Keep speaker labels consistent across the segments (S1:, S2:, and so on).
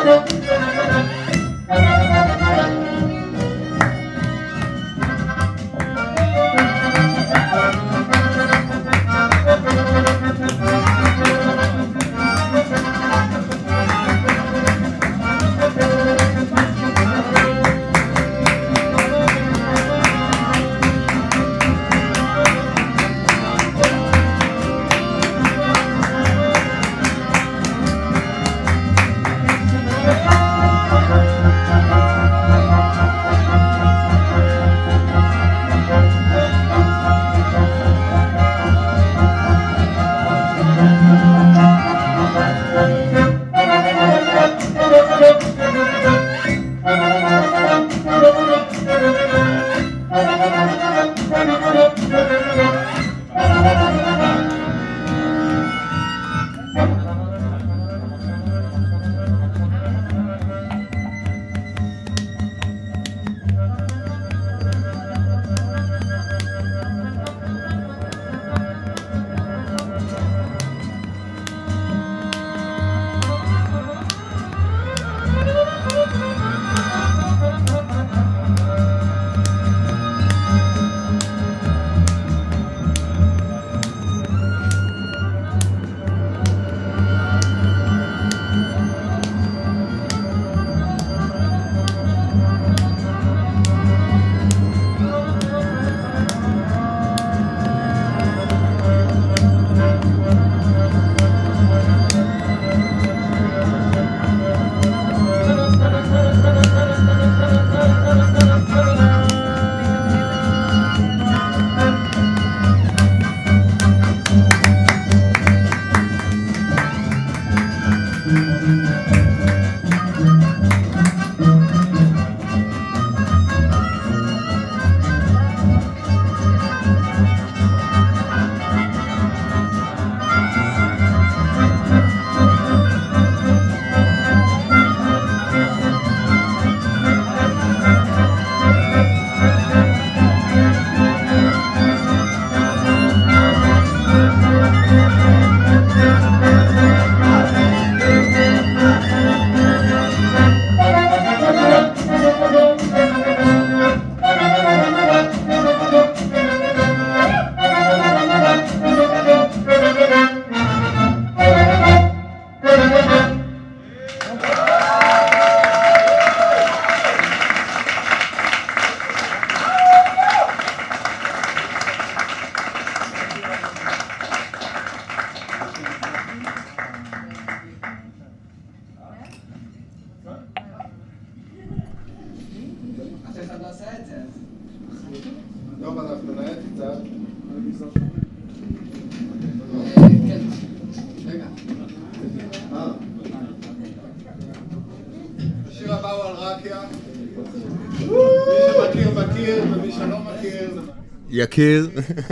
S1: יכיר.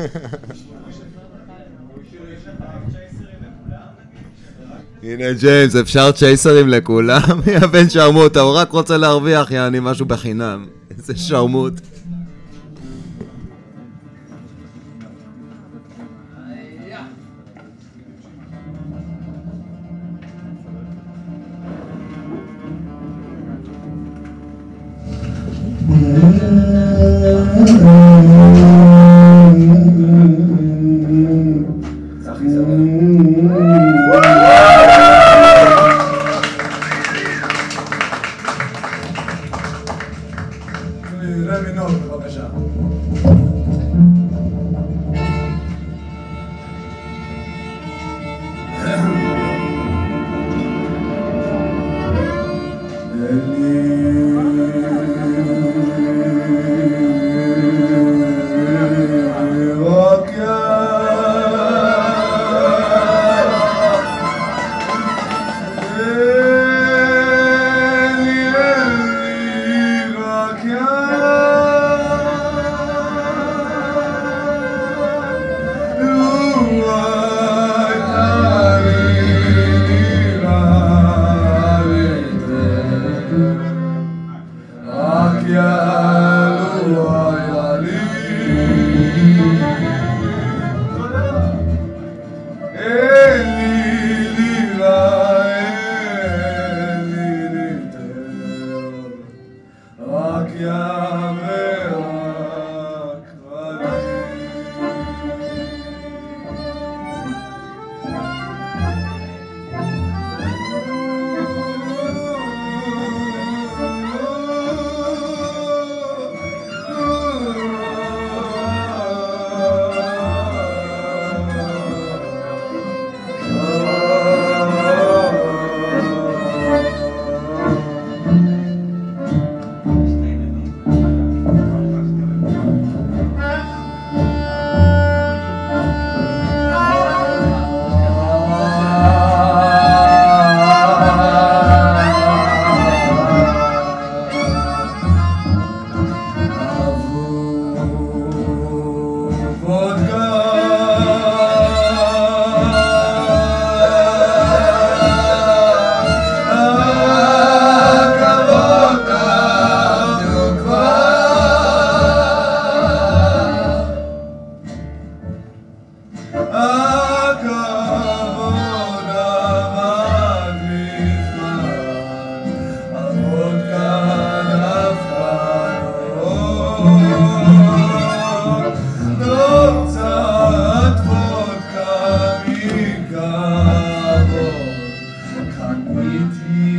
S1: הנה ג'יימס, אפשר צ'ייסרים לכולם? יא בן שרמוט, הוא רק רוצה להרוויח, יעני משהו בחינם. איזה שרמוט.
S2: חכיתי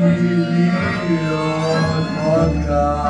S2: להיות וודקה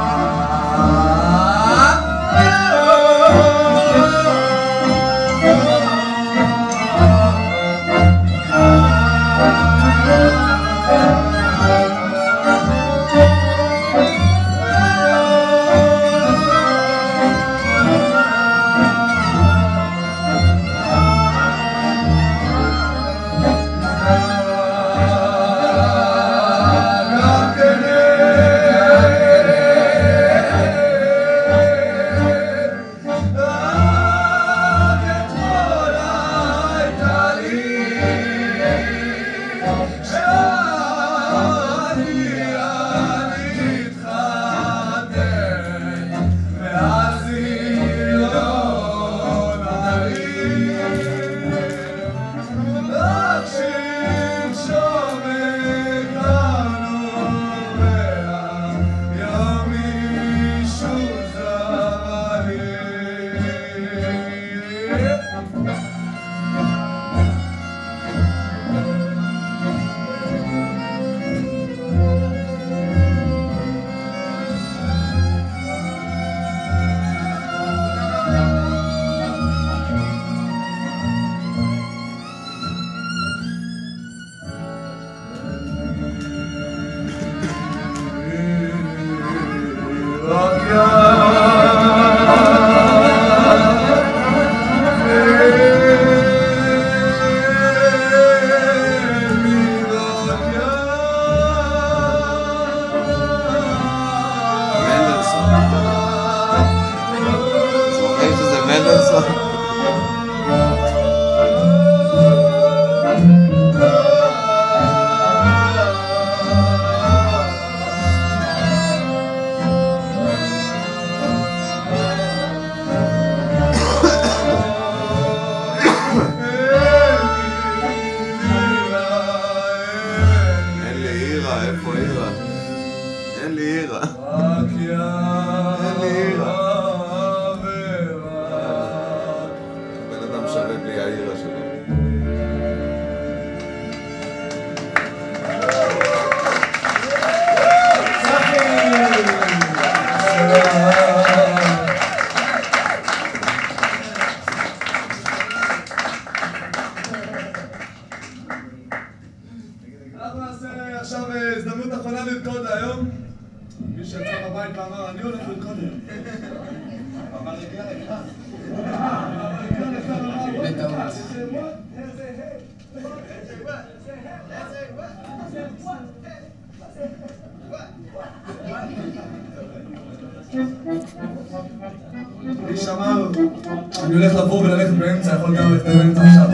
S2: מי שאמר, אני הולך לבוא וללכת באמצע, יכול גם ללכת באמצע עכשיו.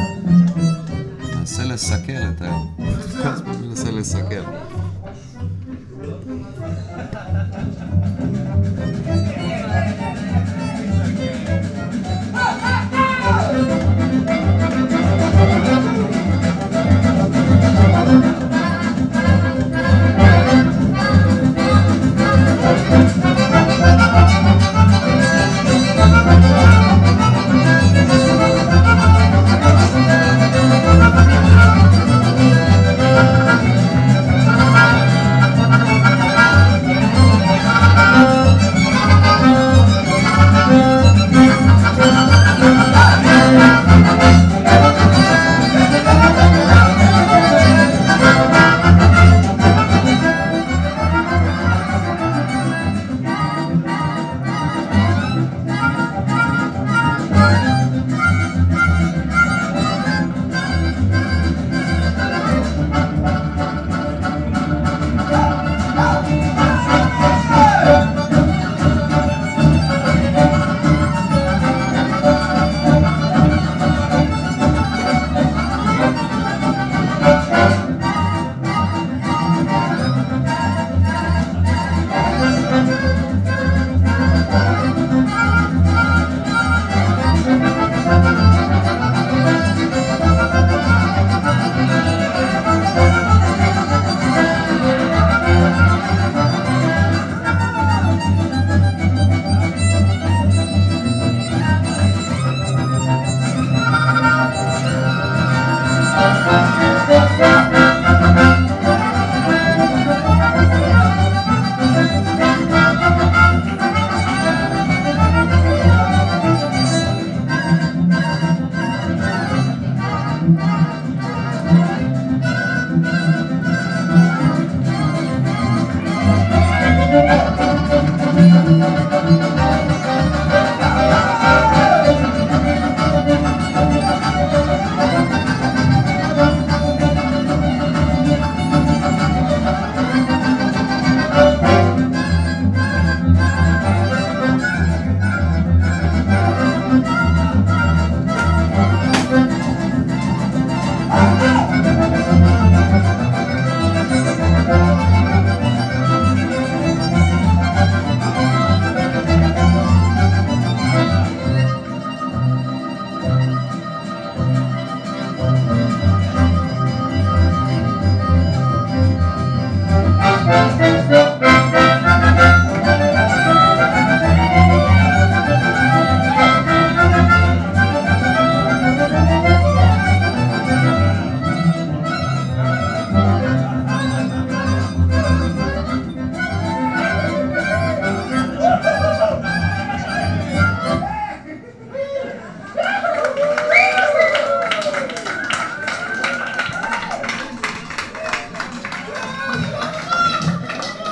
S1: ננסה לסכל את היום. כל הזמן ננסה לסכל.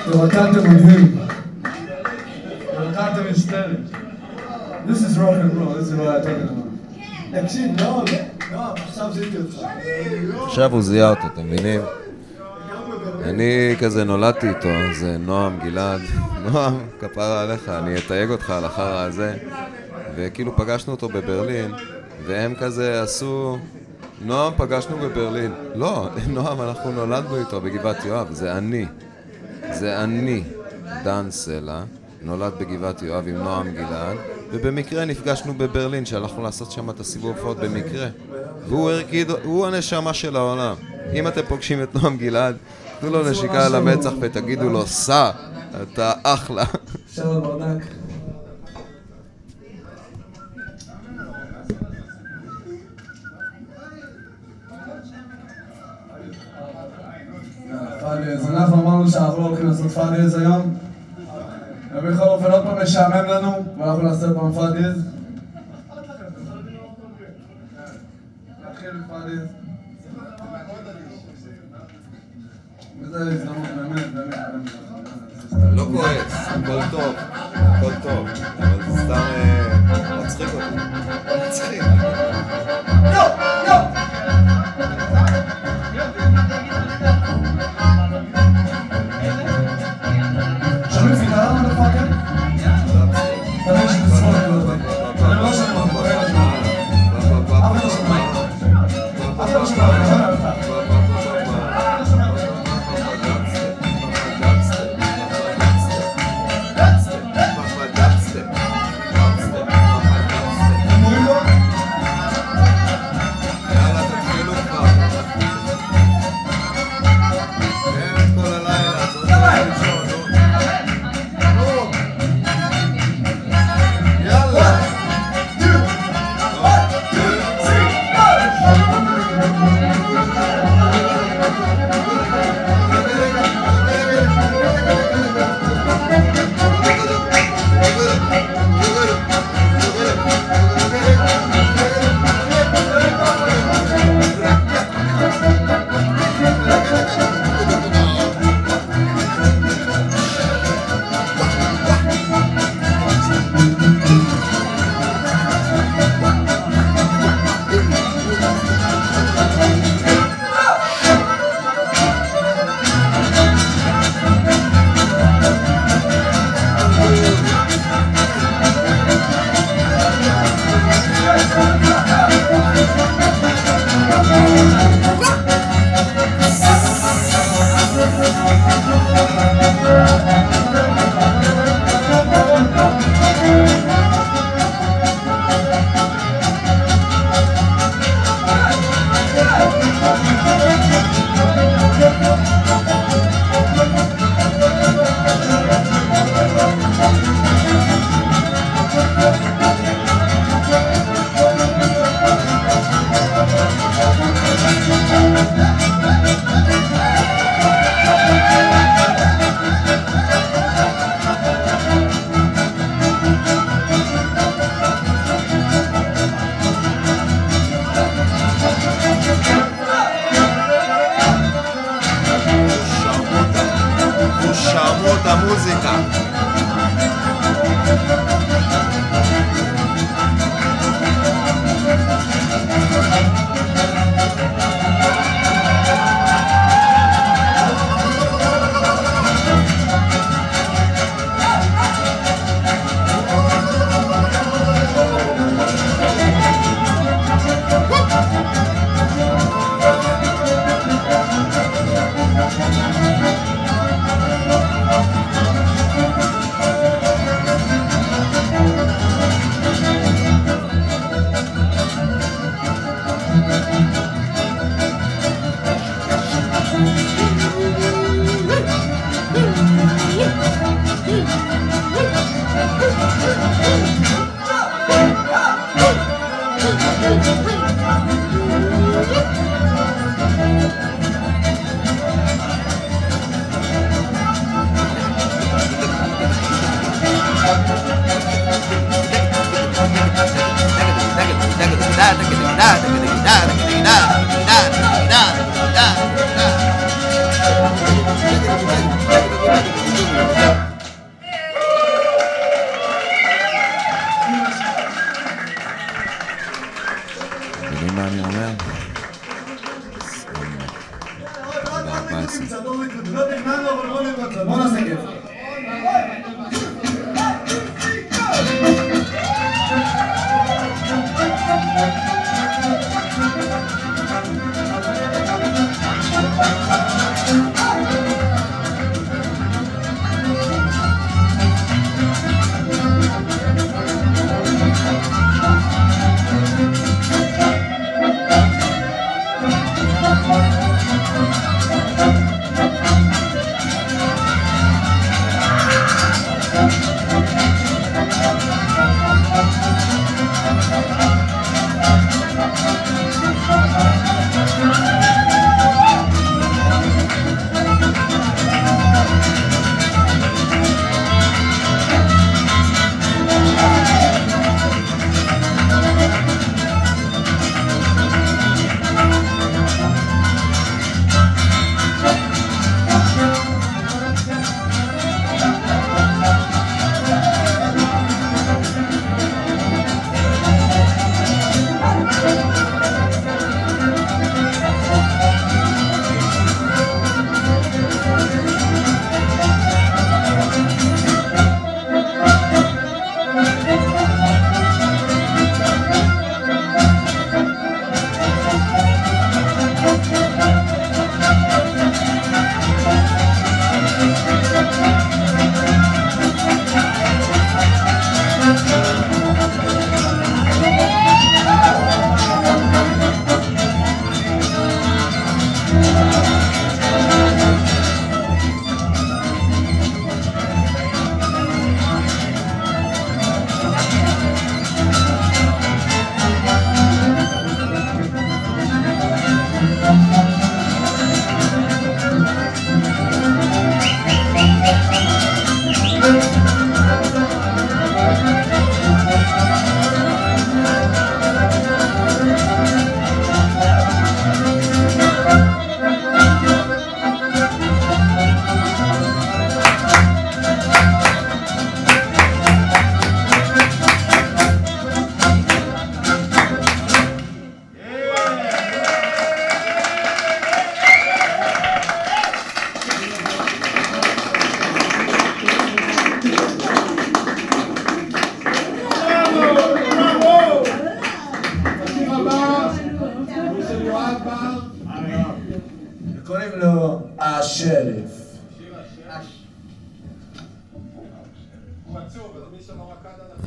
S2: ורקדתם מדהים. ורקדתם היסטרי. This is rock and roll, this is what I'm talking about. תקשיב, לא, עכשיו זיהיתי אותך.
S1: עכשיו הוא זיהה אותו, אתם מבינים? אני כזה נולדתי איתו, זה נועם גלעד. נועם, כפרה עליך, אני אתייג אותך על החרא הזה. וכאילו פגשנו אותו בברלין, והם כזה עשו... נועם, פגשנו בברלין. לא, נועם, אנחנו נולדנו איתו בגבעת יואב, זה אני. זה אני, דן סלע, נולד בגבעת יואב עם נועם גלעד, ובמקרה נפגשנו בברלין, שהלכנו לעשות שם את הסיבוב הופעות במקרה. והוא הנשמה של העולם. אם אתם פוגשים את נועם גלעד, תנו לו נשיקה על המצח ותגידו לו, סע, אתה אחלה.
S2: שלום ברדק. פאדיז, אנחנו אמרנו שאנחנו לא הולכים לעשות פאדיז היום. ובכל אופן עוד פעם משעמם לנו, ואנחנו נעשה פעם פאדיז. נתחיל בפאדיז. וזה הזדמנות באמת.
S1: לא כועס, הכל טוב, אבל זה סתם מצחיק אותי. מצחיק. שומעים פיתרה מלפאקר? תמיד שתצפות להיות לי. אני לא שומעים אותך, אף אחד לא שומע. אף אחד לא שומע, אני שומע אותך.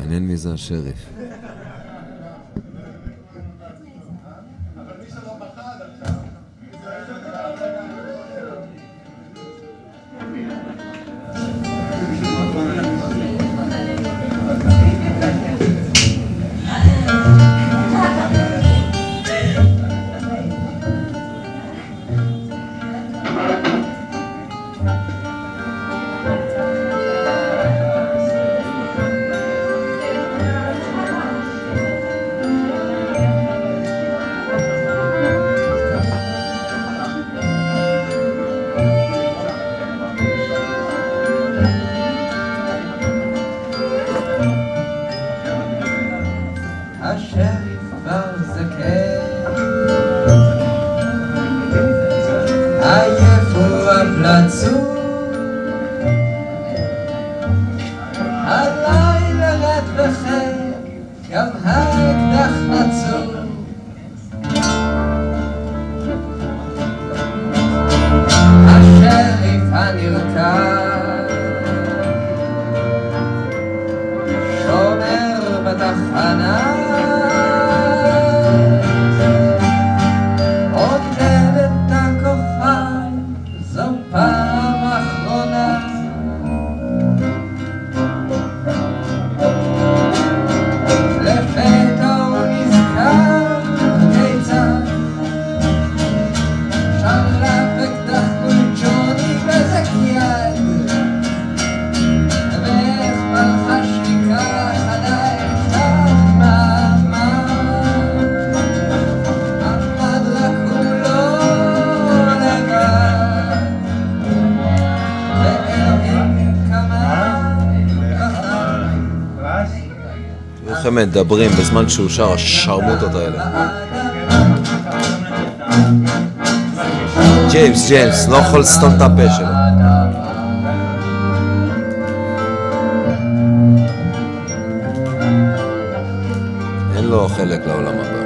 S1: מעניין מי זה השריף. מדברים בזמן שהוא שר השרמוטות האלה. ג'יימס, לא יכול לסתום את הפה שלו. אין לו חלק לעולם הבא.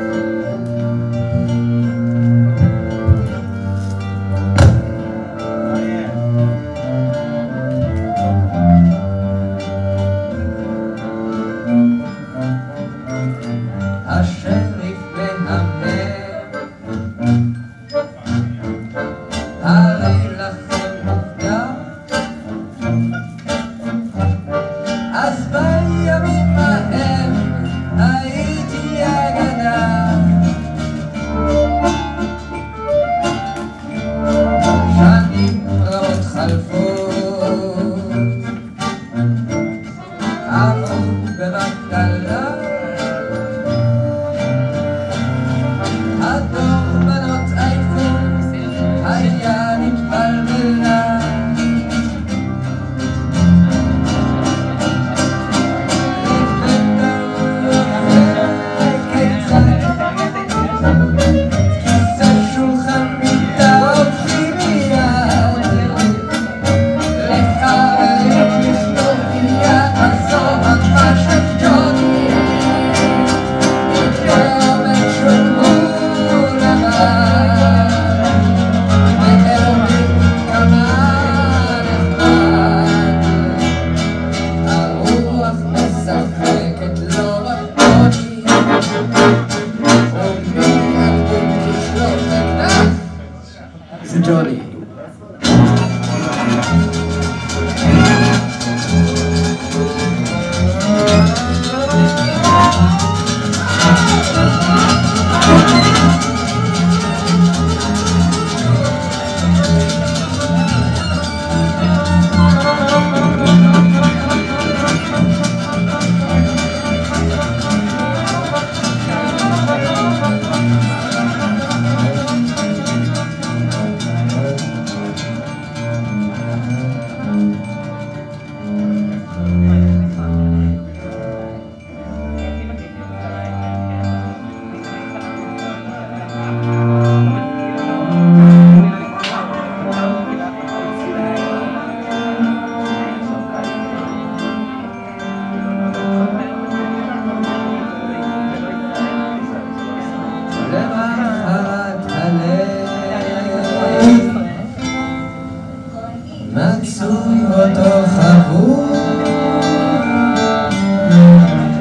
S3: מצוי אותו חבור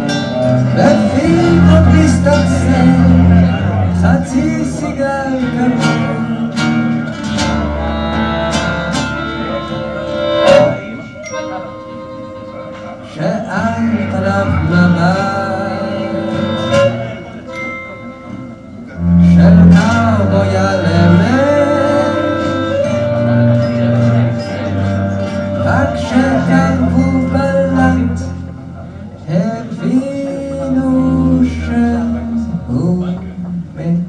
S3: עליו מבט של קאובוי הלמת רק שגנבו בלט הבינו שהוא מת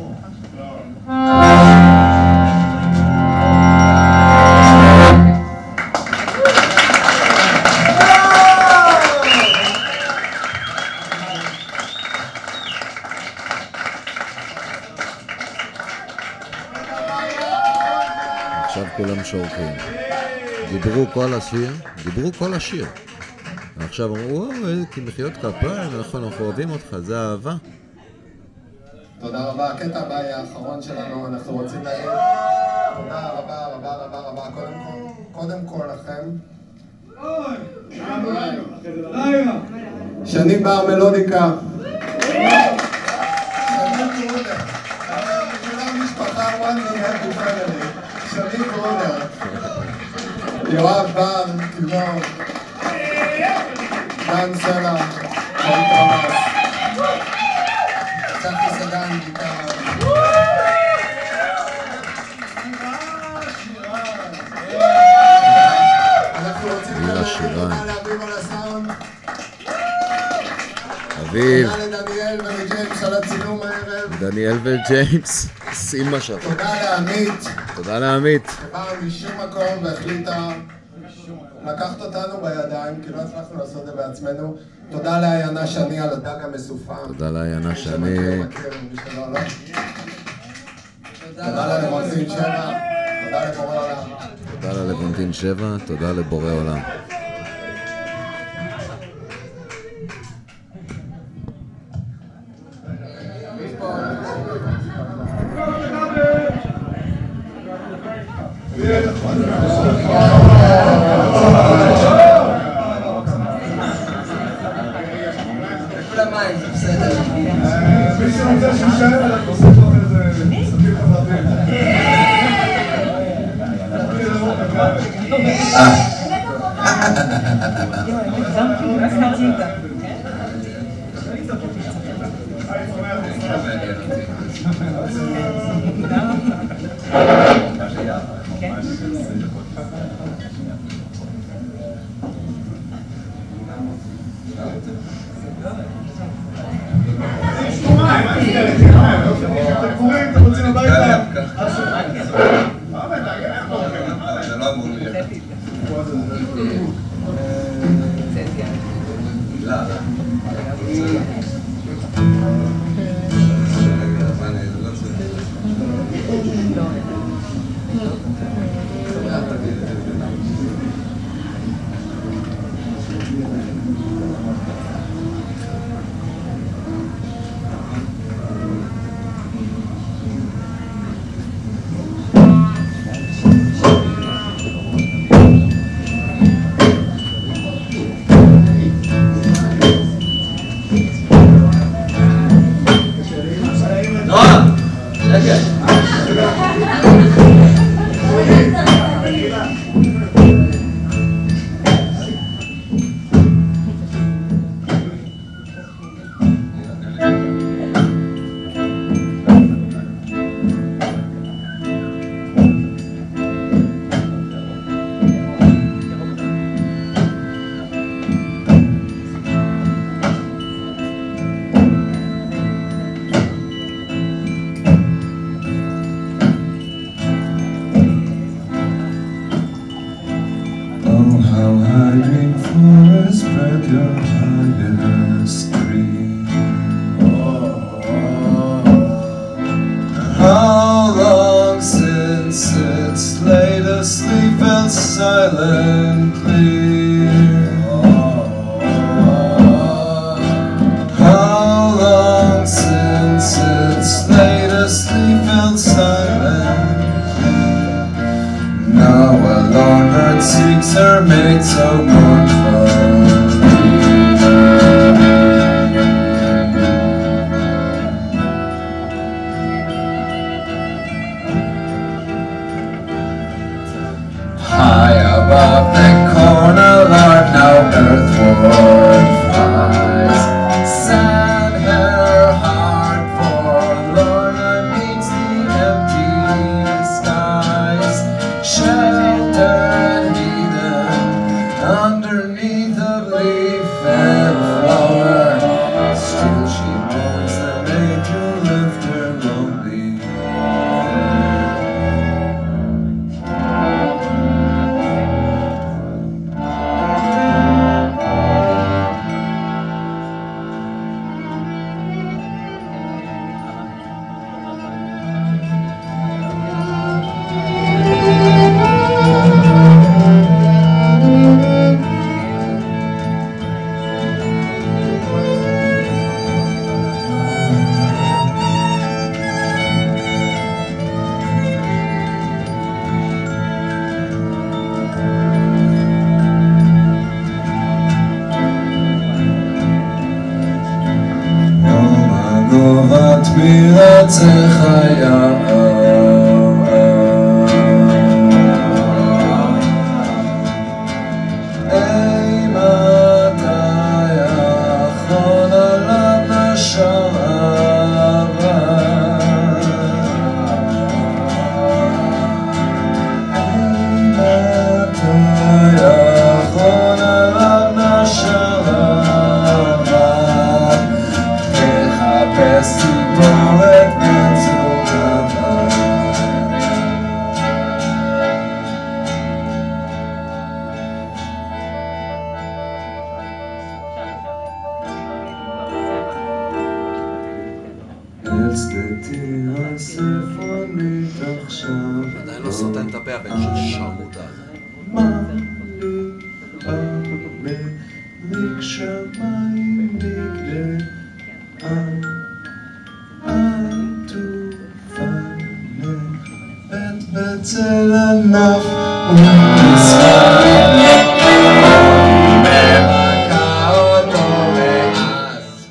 S1: עכשיו כולם שורקים. דיברו כל השיר. ועכשיו אמרו, וואו, כי מחיאות כפיים, אנחנו אוהבים אותך, זה אהבה.
S4: תודה רבה, הקטע הבא יהיה האחרון שלנו, אנחנו רוצים להגיד תודה רבה רבה רבה רבה, קודם כל לכם. שני בר מלודיקה. שני גרונר. כולם משפחה וואנדינג הפי פמילי. שני גרונר. יואב בר, כינור. דן סלע. דן תומאס. צחי סדן, גיטרה. אנחנו רוצים תודה לאביב על הסאונד.
S1: אביב.
S4: תודה לדניאל ולג'יימס על הצילום הערב.
S1: דניאל וג'יימס, שים משהו.
S4: תודה
S1: לעמית.
S4: שבאה משום מקום והחליטה לקחת אותנו בידיים, כי לא הצלחנו לעשות את זה בעצמנו. תודה לעיינה שני על הדג המסופם.
S1: תודה לעיינה שני.
S4: תודה ללוונטין 7. תודה לבורא עולם.
S1: תודה ללוונטין 7, תודה לבורא עולם.
S2: מי שרוצה שישאר, אנחנו עושים לו איזה ספקים אתם רוצים הביתה? זה לא אמור לי.
S3: High above the corner, Lord, now earthward.
S2: וירצה חייו.
S1: עדיין לא סותם את הפה, הבן של שרמוטה הזה.
S2: בצל ענף ונסחר מבקע אותו מאז.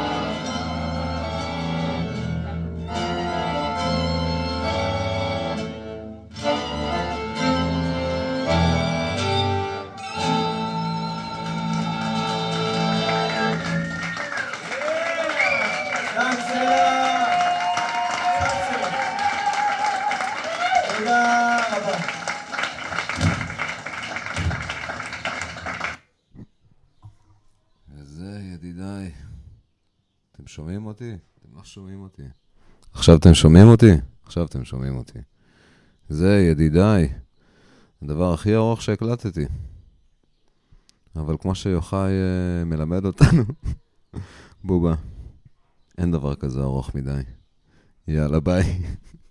S1: וזה ידידיי, אתם שומעים אותי? אתם לא שומעים אותי. עכשיו אתם שומעים אותי? עכשיו אתם שומעים אותי. זה ידידיי, הדבר הכי ארוך שהקלטתי. אבל כמו שיוחאי מלמד אותנו, בובה, אין דבר כזה ארוך מדי. יאללה ביי.